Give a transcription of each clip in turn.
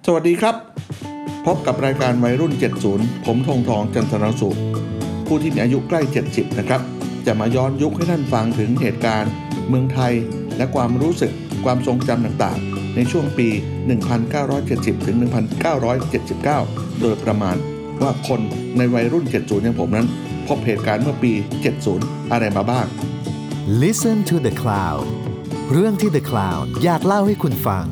สวัสดีครับพบกับรายการวัยรุ่น70ผมธงทองจันทรสุขผู้ที่มีอายุใกล้70นะครับจะมาย้อนยุคให้ท่านฟังถึงเหตุการณ์เมืองไทยและความรู้สึกความทรงจำต่างๆในช่วงปี 1970 ถึง 1979 โดยประมาณว่าคนในวัยรุ่น70อย่างผมนั้นพบเหตุการณ์เมื่อปี70อะไรมาบ้าง Listen to the Cloud เรื่องที่ The Cloud อยากเล่าให้คุณฟัง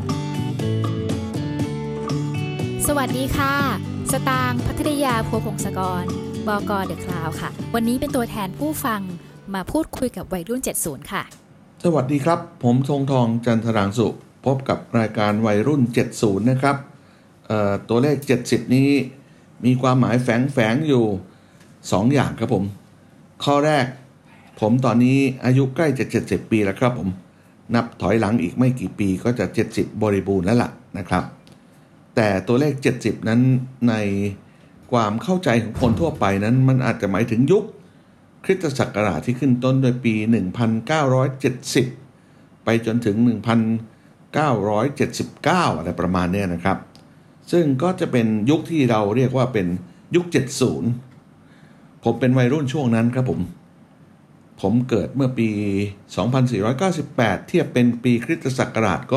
สวัสดีค่ะสตางค์ภัทรยาพัวพงศกรบก.เดอะคลาวด์ค่ะวันนี้เป็นตัวแทนผู้ฟังมาพูดคุยกับวัยรุ่น70ค่ะสวัสดีครับผมธงทองจันทรางสุขพบกับรายการวัยรุ่น70นะครับตัวเลข70นี้มีความหมายแฝงอยู่2อย่างครับผมข้อแรกผมตอนนี้อายุใกล้จะ70ปีแล้วครับผมนับถอยหลังอีกไม่กี่ปีก็จะ70บริบูรณ์แล้วล่ะนะครับแต่ตัวเลข70นั้นในความเข้าใจของคนทั่วไปนั้นมันอาจจะหมายถึงยุคคริสตศักราชที่ขึ้นต้นโดยปี 1970 ไปจนถึง 1979 อะไรประมาณนี้นะครับซึ่งก็จะเป็นยุคที่เราเรียกว่าเป็นยุค70ผมเป็นวัยรุ่นช่วงนั้นครับผมเกิดเมื่อปี 2498 เทียบเป็นปีคริสตศักราชก็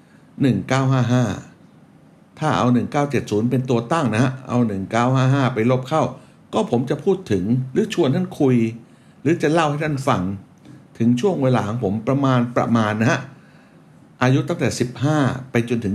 1955ถ้าเอา1970เป็นตัวตั้งนะฮะเอา1955ไปลบเข้าก็ผมจะพูดถึงหรือชวนท่านคุยหรือจะเล่าให้ท่านฟังถึงช่วงเวลาของผมประมาณนะฮะอายุตั้งแต่15ไปจนถึง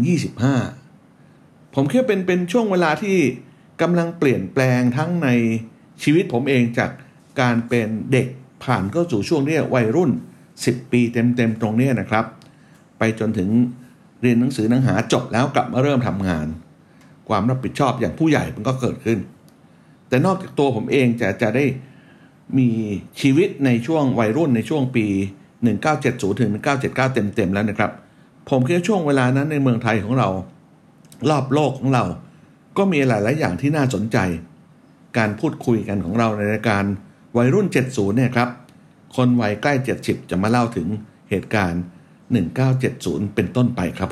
25ผมคิดว่าเป็นช่วงเวลาที่กำลังเปลี่ยนแปลงทั้งในชีวิตผมเองจากการเป็นเด็กผ่านเข้าสู่ช่วงนี้วัยรุ่น10ปีเต็มตรงนี้นะครับไปจนถึงเรียนหนังสือหนังหาจบแล้วกลับมาเริ่มทำงานความรับผิดชอบอย่างผู้ใหญ่มันก็เกิดขึ้นแต่นอกจากตัวผมเองจะได้มีชีวิตในช่วงวัยรุ่นในช่วงปี1970ถึง1979เต็มแล้วนะครับผมคิดว่าช่วงเวลานั้นในเมืองไทยของเรารอบโลกของเราก็มีหลายๆอย่างที่น่าสนใจการพูดคุยกันของเราในรายการวัยรุ่น70เนี่ยครับคนวัยใกล้70จะมาเล่าถึงเหตุการณ์1970เป็นต้นไปครับผม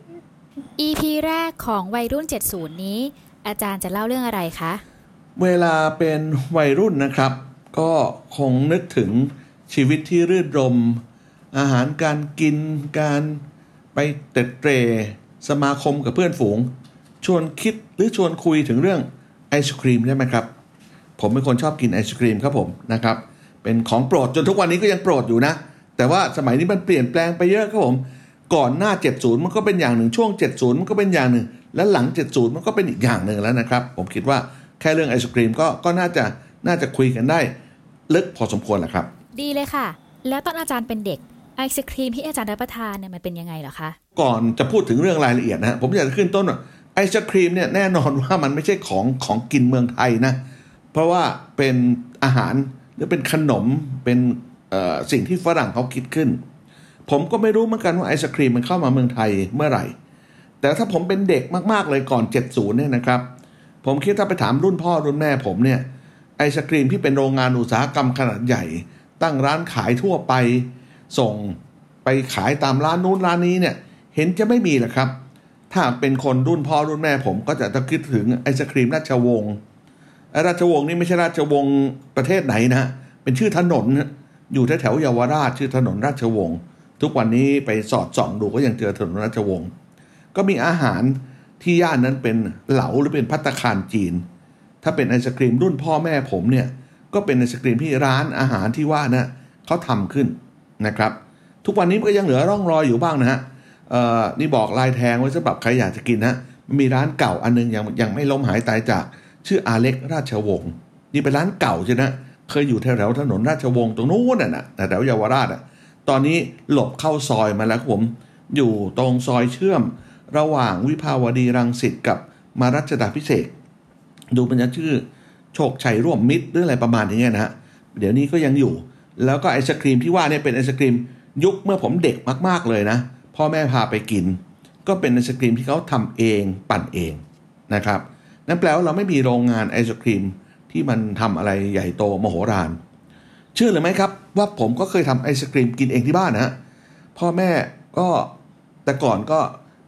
EP แรกของวัยรุ่น70นี้อาจารย์จะเล่าเรื่องอะไรคะเวลาเป็นวัยรุ่นนะครับก็คงนึกถึงชีวิตที่รื่นรมอาหารการกินการไปเตะเตร่สมาคมกับเพื่อนฝูงชวนคิดหรือชวนคุยถึงเรื่องไอศกรีมได้ไหมครับผมเป็นคนชอบกินไอศกรีมครับผมนะครับเป็นของโปรดจนทุกวันนี้ก็ยังโปรดอยู่นะแต่ว่าสมัยนี้มันเปลี่ยนแปลงไปเยอะครับผมก่อนหน้า70มันก็เป็นอย่างหนึ่งช่วง70มันก็เป็นอย่างหนึ่งและหลัง70มันก็เป็นอีกอย่างหนึ่งแล้วนะครับผมคิดว่าแค่เรื่องไอศกรีมก็น่าจะคุยกันได้ลึกพอสมควรแหละครับดีเลยค่ะแล้วตอนอาจารย์เป็นเด็กไอศกรีมที่อาจารย์รับประทานเนี่ยมันเป็นยังไงเหรอคะก่อนจะพูดถึงเรื่องรายละเอียดนะผมอยากจะขึ้นต้นว่าไอศกรีมเนี่ยแน่นอนว่ามันไม่ใช่ของกินเมืองไทยนะเพราะว่าเป็นอาหารหรือเป็นขนมเป็นสิ่งที่ฝรั่งเขาคิดขึ้นผมก็ไม่รู้เหมือนกันว่าไอศกรีมมันเข้ามาเมืองไทยเมื่อไหร่แต่ถ้าผมเป็นเด็กมากๆเลยก่อน70เนี่ยนะครับผมคิดถ้าไปถามรุ่นพ่อรุ่นแม่ผมเนี่ยไอศกรีมที่เป็นโรงงานอุตสาหกรรมขนาดใหญ่ตั้งร้านขายทั่วไปส่งไปขายตามร้านนู้นร้านนี้เนี่ยเห็นจะไม่มีหรอกครับถ้าเป็นคนรุ่นพ่อรุ่นแม่ผมก็จะคิดถึงไอศกรีมราชวงศ์ราชวงศ์นี่ไม่ใช่ราชวงศ์ประเทศไหนนะเป็นชื่อถนนอยู่แถวเยาวราชชื่อถนนราชวงศ์ทุกวันนี้ไปสอดส่องดูก็ยังเจอถนนราชวงศ์ก็มีอาหารที่ย่านนั้นเป็นเหลาหรือเป็นภัตตาคารจีนถ้าเป็นไอศกรีมรุ่นพ่อแม่ผมเนี่ยก็เป็นไอศกรีมที่ร้านอาหารที่ว่านะเขาทำขึ้นนะครับทุกวันนี้มันก็ยังเหลือร่องรอยอยู่บ้างนะฮะนี่บอกลายแทงไว้สำหรับใครอยากจะกินนะมันมีร้านเก่าอันนึงยังไม่ล้มหายตายจากชื่ออาเล็กราชวงศ์นี่เป็นร้านเก่าใช่ไหมเคยอยู่แถวถนนราชวงศ์ตรงนู้นน่ะแถวเยาวราชตอนนี้หลบเข้าซอยมาแล้วผมอยู่ตรงซอยเชื่อมระหว่างวิภาวดีรังสิตกับมารัชดาภิเษกดูมันจะชื่อโชคชัยร่วมมิตรหรืออะไรประมาณนี้นะฮะเดี๋ยวนี้ก็ยังอยู่แล้วก็ไอศกรีมที่ว่าเนี่ยเป็นไอศกรีมยุคเมื่อผมเด็กมากๆเลยนะพ่อแม่พาไปกินก็เป็นไอศกรีมที่เขาทำเองปั่นเองนะครับนั่นแปลว่าเราไม่มีโรงงานไอศกรีมที่มันทำอะไรใหญ่โตมโหฬารเชื่อหรือไม่ครับว่าผมก็เคยทำไอศกรีมกินเองที่บ้านนะฮะพ่อแม่ก็แต่ก่อนก็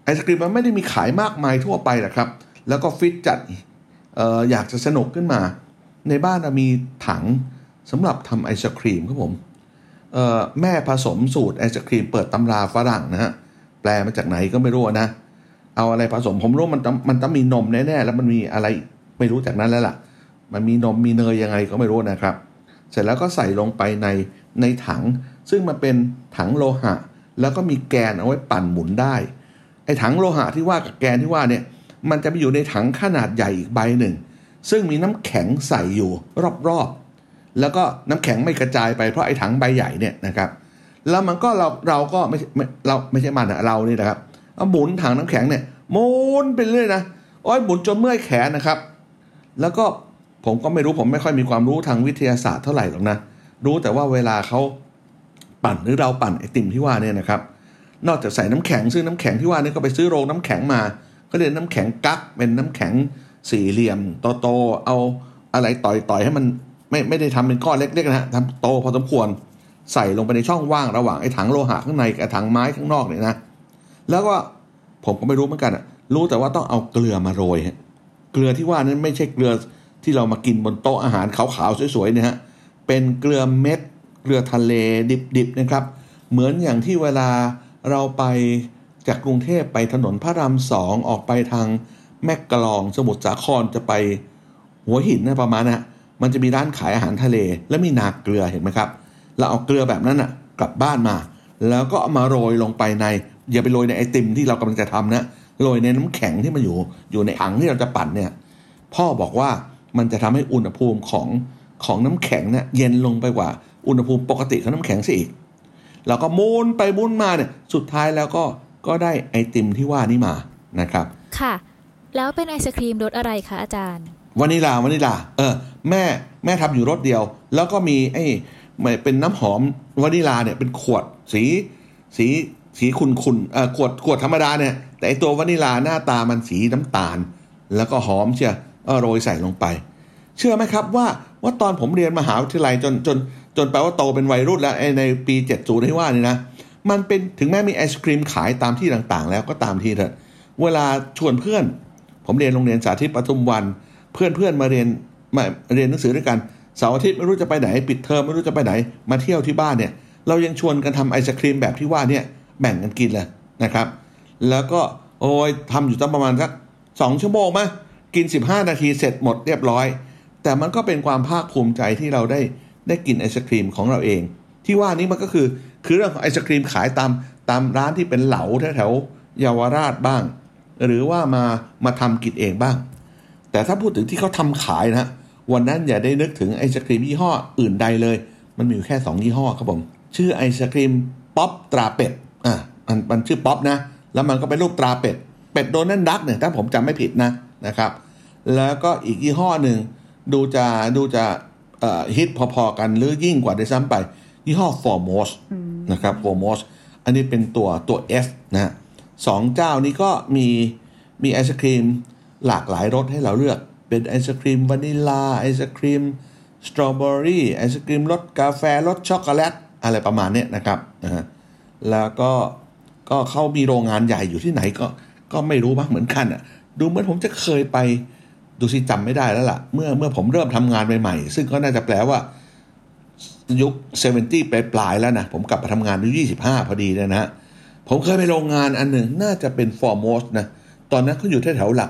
ไอศกรีมมันไม่ได้มีขายมากมายทั่วไปหรอกครับแล้วก็ฟิตจัดอยากจะสนุกขึ้นมาในบ้านมีถังสำหรับทำไอศกรีมครับผมแม่ผสมสูตรไอศกรีมเปิดตำราฝรั่งนะฮะแปลมาจากไหนก็ไม่รู้นะเอาอะไรผสมผมรู้มันต้องมีนมแน่ๆแล้วมันมีอะไรไม่รู้จากนั้นแล้วล่ะมันมีนมมีเนยยังไงก็ไม่รู้นะครับเสร็จแล้วก็ใส่ลงไปในถังซึ่งมันเป็นถังโลหะแล้วก็มีแกนเอาไว้ปั่นหมุนได้ไอ้ถังโลหะที่ว่ากับแกนที่ว่าเนี่ยมันจะไปอยู่ในถังขนาดใหญ่อีกใบหนึ่งซึ่งมีน้ำแข็งใส่อยู่รอบๆแล้วก็น้ำแข็งไม่กระจายไปเพราะไอ้ถังใบใหญ่เนี่ยนะครับแล้วมันก็เราก็ไม่ใช่มันเรานี่นะครับเอาหมุนถังน้ำแข็งเนี่ยหมุนไปเรื่อยนะโอ้ยหมุนจนเมื่อยแขนนะครับแล้วก็ผมก็ไม่รู้ผมไม่ค่อยมีความรู้ทางวิทยาศาสตร์เท่าไหร่หรอกนะรู้แต่ว่าเวลาเขาปั่นหรือเราปั่นไอติมที่ว่าเนี่ยนะครับนอกจากใส่น้ำแข็งซึ่งน้ำแข็งที่ว่านี่ก็ไปซื้อโรงน้ำแข็งมาก็เรียกน้ำแข็งกั๊กเป็นน้ำแข็งสี่เหลี่ยมโตๆเอาอะไรต่อยให้มันไม่ได้ทำเป็นก้อนเล็กๆนะฮะทำโตพอสมควรใส่ลงไปในช่องว่างระหว่างไอ้ถังโลหะข้างในกับถังไม้ข้างนอกเนี่ยนะแล้วก็ผมก็ไม่รู้เหมือนกันรู้แต่ว่าต้องเอาเกลือมาโรยเกลือที่ว่านั้นไม่ใช่เกลือที่เรามากินบนโต๊ะอาหารขาวๆสวยๆเนี่ยฮะเป็นเกลือเม็ดเกลือทะเลดิบๆนะครับเหมือนอย่างที่เวลาเราไปจากกรุงเทพไปถนนพระราม2ออกไปทางแม่กลองสมุทรสาครจะไปหัวหินนะประมาณนะมันจะมีร้านขายอาหารทะเลและมีนาเกลือเห็นไหมครับเราเอาเกลือแบบนั้นกลับบ้านมาแล้วก็เอามาโรยลงไปในอย่าไปโรยในไอติมที่เรากำลังจะทำนะโรยในน้ำแข็งที่มันอยู่ในถังที่เราจะปั่นเนี่ยพ่อบอกว่ามันจะทำให้อุณหภูมิของน้ำแข็งเนี่ยเย็นลงไปกว่าอุณหภูมิปกติของน้ำแข็งซะอีกแล้วก็มุนไปมุนมาเนี่ยสุดท้ายแล้วก็ได้ไอติมที่ว่านี้มานะครับค่ะแล้วเป็นไอศกรีมรสอะไรคะอาจารย์วานิลาแม่ทำอยู่รสเดียวแล้วก็มีไอ้เป็นน้ำหอมวานิลาเนี่ยเป็นขวดสีขุ่นขวดธรรมดาเนี่ยแต่ไอตัววานิลาหน้าตามันสีน้ำตาลแล้วก็หอมเชียวโรยใส่ลงไปเชื่อไหมครับว่าตอนผมเรียนมหาวิทยาลัยจนแปลว่าโตเป็นวัยรุ่นแล้วในปี70ที่ว่านี่นะมันเป็นถึงแม้มีไอศกรีมขายตามที่ต่างๆแล้วก็ตามทีเถอะเวลาชวนเพื่อนผมเรียนโรงเรียนสาธิตปทุมวันเพื่อนมาเรียนหนังสือด้วยกันเสาร์อาทิตย์ไม่รู้จะไปไหนปิดเทอมไม่รู้จะไปไหนมาเที่ยวที่บ้านเนี่ยเรายังชวนกันทำไอศกรีมแบบที่ว่าเนี่ยแบ่งกันกินเลยนะครับแล้วก็โอ้ยทำอยู่ตั้งประมาณสัก2 ชั่วโมงมั้ยกิน15 นาทีเสร็จหมดเรียบร้อยแต่มันก็เป็นความภาคภูมิใจที่เราได้กินไอศกรีมของเราเองที่ว่านี้มันก็คือเรื่องของไอศกรีมขายตามร้านที่เป็นเหลาแถวเยาวราชบ้างหรือว่ามาทำกินเองบ้างแต่ถ้าพูดถึงที่เขาทำขายนะวันนั้นอย่าได้นึกถึงไอศกรีมยี่ห้ออื่นใดเลยมันมีอยู่แค่2 ยี่ห้อครับผมชื่อไอศกรีมป๊อปตราเป็ดมันชื่อป๊อปนะแล้วมันก็เป็นรูปตราเป็ดโดนัลด์ดักเนี่ยถ้าผมจำไม่ผิดนะครับแล้วก็อีกยี่ห้อหนึ่งดูจะฮิตพอๆกันหรือยิ่งกว่าด้วยซ้ำไปยี่ห้อ Foremost นะครับ Foremost อันนี้เป็นตัว F นะ2เจ้านี้ก็มีไอศกรีมหลากหลายรสให้เราเลือกเป็นไอศกรีมวานิลาไอศกรีมสตรอเบอรี่ไอศกรีมรสกาแฟรสช็อกโกแลตอะไรประมาณนี้นะครับแล้วก็เขามีโรงงานใหญ่อยู่ที่ไหนก็ไม่รู้บ้างเหมือนกันดูเหมือนผมจะเคยไปดูสิจำไม่ได้แล้วล่ะเมื่อผมเริ่มทำงานใหม่ๆซึ่งก็น่าจะแปลว่ายุค70ปลายๆแล้วนะผมกลับมาทำงานอายุ25พอดีเลยนะผมเคยไปโรงงานอันหนึ่งน่าจะเป็น Foremost นะตอนนั้นเขาอยู่แถวหลัก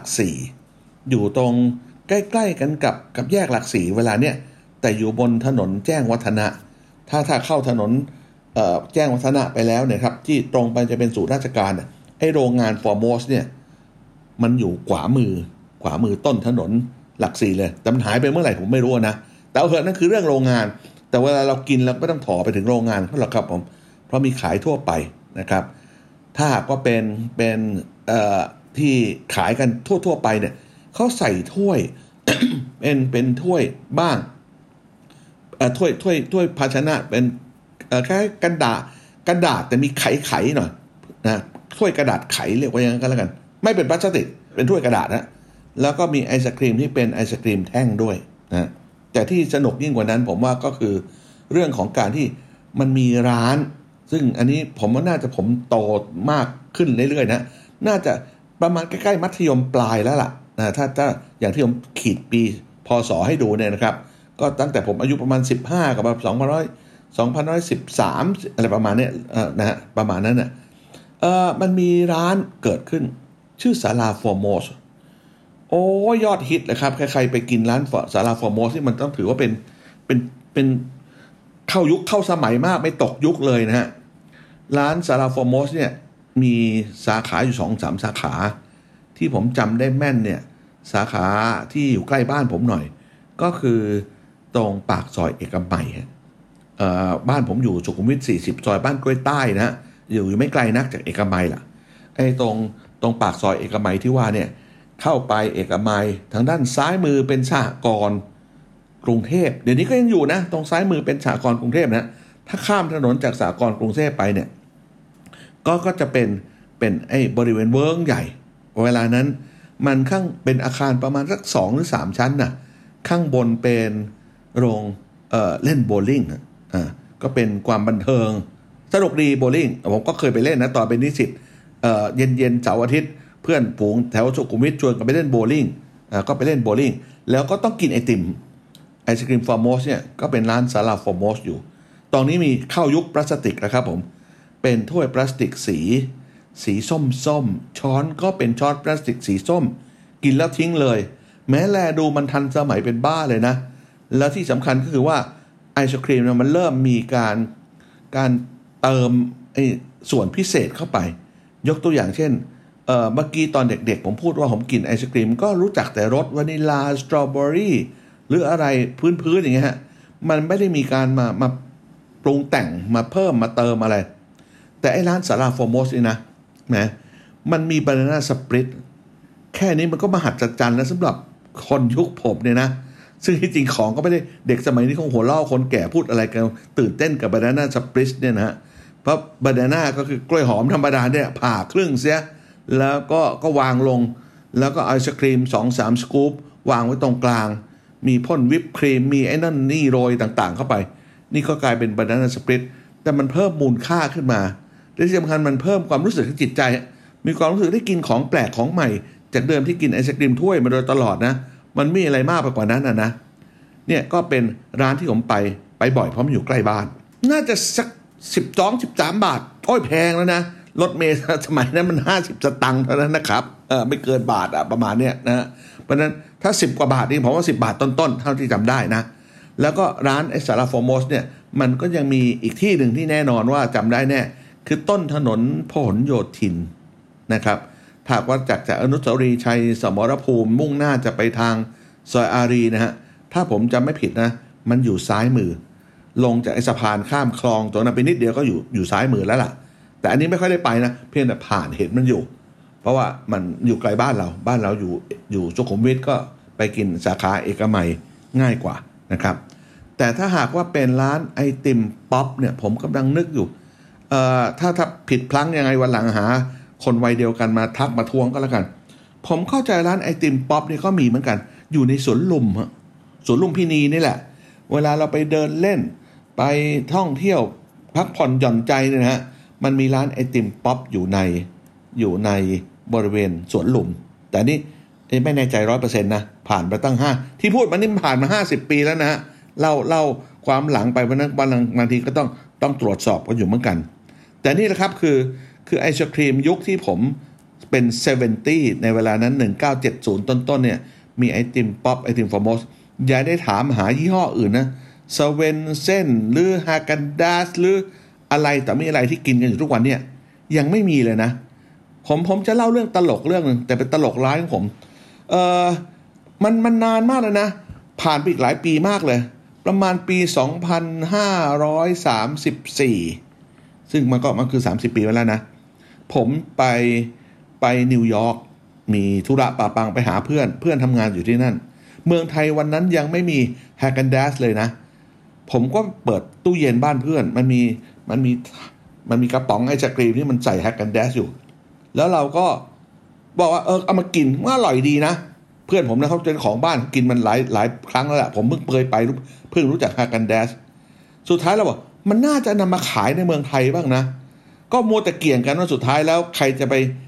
4อยู่ตรงใกล้ๆกันกับแยกหลัก4เวลาเนี้ยแต่อยู่บนถนนแจ้งวัฒนะถ้าเข้าถนนแจ้งวัฒนะไปแล้วเนี่ยครับที่ตรงไปจะเป็นศูนย์ราชการไอ้โรงงาน Foremost เนี่ยมันอยู่ขวามือต้นถนนหลัก4เลยแต่มันหายไปเมื่อไหร่ผมไม่รู้นะแต่เอาเถอะนั่นคือเรื่องโรงงานแต่เวลาเรากินเราไม่ต้องถอไปถึงโรงงานเขาหรอกครับผมเพราะมีขายทั่วไปนะครับถ้าก็เป็นที่ขายกันทั่วไปเนี่ยเขาใส่ถ้วย เป็นถ้วยบ้างถ้วยภาชนะเป็นแค่กระดาษแต่มีไขหน่อยนะถ้วยกระดาษไขเรียกว่าอย่างนั้นก็แล้วกันไม่เป็นพลาสติกเป็นถ้วยกระดาษนะแล้วก็มีไอศกรีมที่เป็นไอศกรีมแท่งด้วยนะแต่ที่สนุกยิ่งกว่านั้นผมว่าก็คือเรื่องของการที่มันมีร้านซึ่งอันนี้ผมว่าน่าจะผมโตมากขึ้นเรื่อยๆนะน่าจะประมาณใกล้ๆมัธยมปลายแล้วล่ะนะถ้าอย่างที่ผมขีดปีพศให้ดูเนี่ยนะครับก็ตั้งแต่ผมอายุประมาณ15กับแบบ2013อะไรประมาณเนี้ยนะฮะประมาณนั้นน่ะมันมีร้านเกิดขึ้นชื่อศาลาฟอร์โมสโอ้ยอดฮิตเลยครับใครๆไปกินร้านศาลาฟอร์โมสที่มันต้องถือว่าเป็นเข้ายุคเข้าสมัยมากไม่ตกยุคเลยนะฮะร้านศาลาฟอร์โมสเนี่ยมีสาขาอยู่ 2-3 สาขาที่ผมจำได้แม่นเนี่ยสาขาที่อยู่ใกล้บ้านผมหน่อยก็คือตรงปากซอยเอกมัยบ้านผมอยู่สุขุมวิท40ซอยบ้านกล้วยใต้นะฮะอยู่ไม่ไกลนักจากเอกมัยล่ะไอ้ตรงปากซอยเอกมัยที่ว่าเนี่ยเข้าไปเอกมัยทางด้านซ้ายมือเป็นสหกรณ์กรุงเทพเดี๋ยวนี้ก็ยังอยู่นะตรงซ้ายมือเป็นสหกรณ์กรุงเทพนะถ้าข้ามถนนจากสหกรณ์กรุงเทพไปเนี่ยก็จะเป็นไอ้บริเวณเวิ้งใหญ่เวลานั้นมันข้างเป็นอาคารประมาณสัก2หรือ3ชั้นน่ะข้างบนเป็นโรงเล่นโบว์ลิ่งก็เป็นความบันเทิงสนุกดีโบว์ลิ่งผมก็เคยไปเล่นนะตอนเป็นนิสิตเย็นเสาร์อาทิตย์เพื่อนฝูงแถวสุขุมวิทชวนกันไปเล่นโบว์ลิ่งก็ไปเล่นโบว์ลิ่งแล้วก็ต้องกินไอติมไอศกรีมฟอร์โมสเนี่ยก็เป็นร้านศาลาฟอร์โมสอยู่ตอนนี้มีเข้ายุคพลาสติกแล้วครับผมเป็นถ้วยพลาสติกสีส้มช้อนก็เป็นช้อนพลาสติกสีส้มกินแล้วทิ้งเลยแม้แลดูมันทันสมัยเป็นบ้าเลยนะแล้วที่สำคัญก็คือว่าไอศครีมมันเริ่มมีการเติมไอส่วนพิเศษเข้าไปยกตัวอย่างเช่นเมื่อกี้ตอนเด็กๆผมพูดว่าผมกินไอศครีมก็รู้จักแต่รสวานิลาสตรอเบอรี่หรืออะไรพื้นๆอย่างเงี้ยฮะมันไม่ได้มีการมาปรุงแต่งมาเพิ่มมาเติมอะไรแต่ไอ้ร้านศาลาฟอร์โมสนี่นะมันมีบานาน่าสปริตแค่นี้มันก็มหัศจรรย์แล้วสำหรับคนยุคผมเนี่ยนะซึ่งที่จริงของก็ไม่ได้เด็กสมัยนี้คงหัวเล่าคนแก่พูดอะไรกันตื่นเต้นกับบานาน่าสปริตเนี่ยนะฮะเพราะบานาน่าก็คือกล้วยหอมธรรมดาเนี่ยผ่าครึ่งเสียแล้วก็วางลงแล้วก็ไอศครีม 2-3 สกู๊ปวางไว้ตรงกลางมีพ่นวิปครีมมีไอ้นั่นนี่โรยต่างๆเข้าไปนี่ก็กลายเป็นบานาน่าสปริตแต่มันเพิ่มมูลค่าขึ้นมาและที่สำคัญมันเพิ่มความรู้สึกทางจิตใจมีความรู้สึกได้กินของแปลกของใหม่จากเดิมที่กินไอศกรีมถ้วยมาโดยตลอดนะมันไม่อะไรมากไปกว่านั้นนะเนี่ยก็เป็นร้านที่ผมไปบ่อยเพราะมันอยู่ใกล้บ้านน่าจะสัก12-13 บาทโอ้ยแพงแล้วนะรถเมล์สมัยนั้นมัน50 สตางค์เท่านั้นนะครับไม่เกินบาทประมาณเนี้ยนะเพราะฉะนั้นถ้า10 กว่าบาทนี่ผมว่า10 บาทต้นๆเท่าที่จำได้นะแล้วก็ร้านไอศาลาฟอร์โมสเนี่ยมันก็ยังมีอีกที่หนึ่งที่แน่นอนว่าจำได้แน่คือต้นถนนพหลโยธินนะครับถ้าว่าจากอนุสาวรีย์ชัยสมรภูมิมุ่งหน้าจะไปทางซอยอารีนะฮะถ้าผมจำไม่ผิดนะมันอยู่ซ้ายมือลงจากไอ้สะพานข้ามคลองตรงนั้นไปนิดเดียวก็อยู่ซ้ายมือแล้วล่ะแต่อันนี้ไม่ค่อยได้ไปนะเพียงแต่ผ่านเห็นมันอยู่เพราะว่ามันอยู่ไกลบ้านเราอยู่สุขุมวิทก็ไปกินสาขาเอกมัยง่ายกว่านะครับแต่ถ้าหากว่าเป็นร้านไอติมป๊อปเนี่ยผมกำลังนึกอยู่ถ้าผิดพลั้งยังไงวันหลังหาคนวัยเดียวกันมาทักมาทวงก็แล้วกันผมเข้าใจร้านไอติมป๊อปนี่ก็มีเหมือนกันอยู่ในสวนลุมสวนลุมพินีนี่แหละเวลาเราไปเดินเล่นไปท่องเที่ยวพักผ่อนหย่อนใจเนี่ยนะฮะมันมีร้านไอติมป๊อปอยู่ในบริเวณสวนลุมแต่นี่ไม่แน่ใจ 100% นะผ่านไปตั้ง5ที่พูดมานี่ผ่านมา50 ปีแล้วนะฮะเล่าความหลังไปวันนั้นบางทีก็ต้องตรวจสอบกันอยู่เหมือนกันแต่นี่แหละครับคือไอศครีมยุคที่ผมเป็น70ในเวลานั้น1970ต้นเนี่ยมีไอติมป๊อปไอติมฟอร์โมสอย่าได้ถามหายี่ห้ออื่นนะสเวนเซ่นหรือฮากันดาสหรืออะไรแต่ไม่อะไรที่กินกันอยู่ทุกวันเนี่ยยังไม่มีเลยนะผมจะเล่าเรื่องตลกเรื่องนึงแต่เป็นตลกร้ายของผมมันนานมากเลยนะผ่านไปอีกหลายปีมากเลยประมาณปี2534ซึ่งมันคือ30 ปีแล้วนะผมไปนิวยอร์กมีธุระปะปังไปหาเพื่อนทำงานอยู่ที่นั่นเมืองไทยวันนั้นยังไม่มีแฮกแอนด์ดัสเลยนะผมก็เปิดตู้เย็นบ้านเพื่อนมันมีกระป๋องไอศกรีมที่มันใส่แฮกแอนด์ดัสอยู่แล้วเราก็บอกว่าเอามากินมันอร่อยดีนะเพื่อนผมนะเขาเป็นของบ้านกินมันหลายครั้งแล้วแหละผมเพิ่งเคยไปเพิ่งรู้จักฮากันแดสสุดท้ายเราบอกมันน่าจะนำมาขายในเมืองไทยบ้างนะก็มัวแต่เกี่ยงกันว่าสุดท้ายแล้วใครจะไป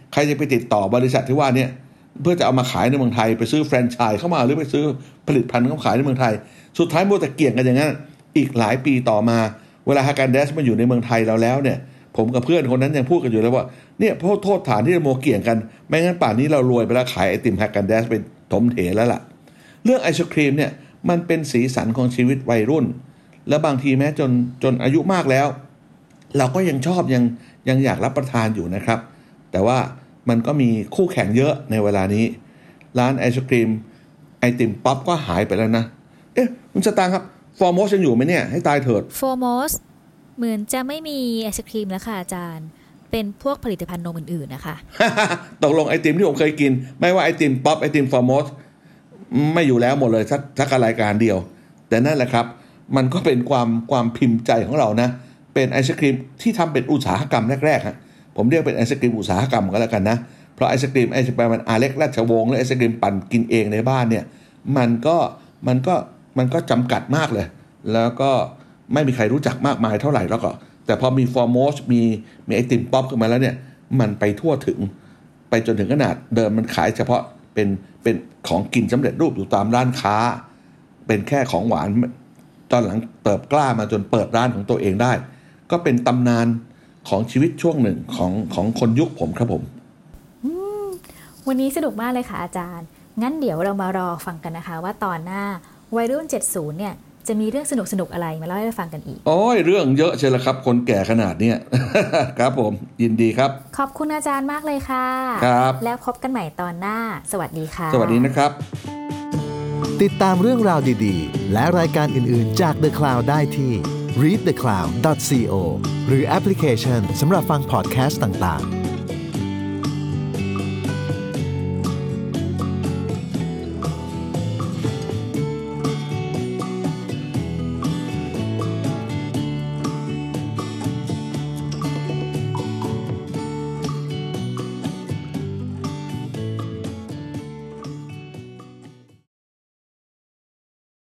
ใครจะไปติดต่อบริษัทที่ว่าเนี่ยเพื่อจะเอามาขายในเมืองไทยไปซื้อแฟรนไชส์เข้ามาหรือไปซื้อผลิตภัณฑ์เข้าขายในเมืองไทยสุดท้ายมัวแต่เกี่ยงกันอย่างนั้นอีกหลายปีต่อมาเวลาฮาการ์เดสมาอยู่ในเมืองไทยเราแล้วเนี่ยผมกับเพื่อนคนนั้นยังพูดกันอยู่เลยว่าเนี่ยเพราะโทษฐานที่เราโมเกี่ยงกันไม่งั้นป่านนี้เรารวยไปแล้วขายไอติมฮาการ์เดสเป็นถมเถแล้วล่ะเรื่องไอศครีมเนี่ยมันเป็นสีสันของชีวิตวัยรุ่นและบางทีแม้จนอายุมากแล้วเราก็ยังชอบยังอยากรับประทานอยู่นะครับแต่ว่ามันก็มีคู่แข่งเยอะในเวลานี้ร้านไอศครีมไอติมป๊อปก็หายไปแล้วนะคุณสตางค์ครับฟอร์โมสยังอยู่ไหมเนี่ยให้ตายเถิดฟอร์โมสเหมือนจะไม่มีไอศครีมแล้วค่ะอาจารย์เป็นพวกผลิตภัณฑ์นมอื่นๆนะคะตกลงไอติมที่ผมเคยกินไม่ว่าไอติมป๊อปไอติมฟอร์โมสไม่อยู่แล้วหมดเลยสักรายการเดียวแต่นั่นแหละครับมันก็เป็นความพิมพ์ใจของเรานะเป็นไอศครีมที่ทำเป็นอุตสาหกรรมแรกๆฮะผมเรียกเป็นไอศกรีมอุตสาหกรรมก็แล้วกันนะเพราะไอศกรีมมันอาเล็กราชวงศ์และไอศกรีมปั่นกินเองในบ้านเนี่ยมันก็จำกัดมากเลยแล้วก็ไม่มีใครรู้จักมากมายเท่าไหร่แล้วก็แต่พอมีฟอร์โมสมีไอติมป๊อปขึ้นมาแล้วเนี่ยมันไปทั่วถึงไปจนถึงขนาดเดิมมันขายเฉพาะเป็นของกินสำเร็จรูปอยู่ตามร้านค้าเป็นแค่ของหวานตอนหลังเติบกล้ามาจนเปิดร้านของตัวเองได้ก็เป็นตำนานของชีวิตช่วงหนึ่งของคนยุคผมครับผมวันนี้สนุกมากเลยค่ะอาจารย์งั้นเดี๋ยวเรามารอฟังกันนะคะว่าตอนหน้าวัยรุ่น70เนี่ยจะมีเรื่องสนุกอะไรมาเล่าให้ฟังกันอีกโอ้ยเรื่องเยอะเชียวละครับคนแก่ขนาดเนี้ย ครับผมยินดีครับขอบคุณอาจารย์มากเลยค่ะครับแล้วพบกันใหม่ตอนหน้าสวัสดีค่ะสวัสดีนะครับติดตามเรื่องราวดีๆและรายการอื่นๆจาก The Cloud ได้ที่ readthecloud.co หรือแอปพลิเคชันสำหรับฟังพอดแคสต์ต่างๆ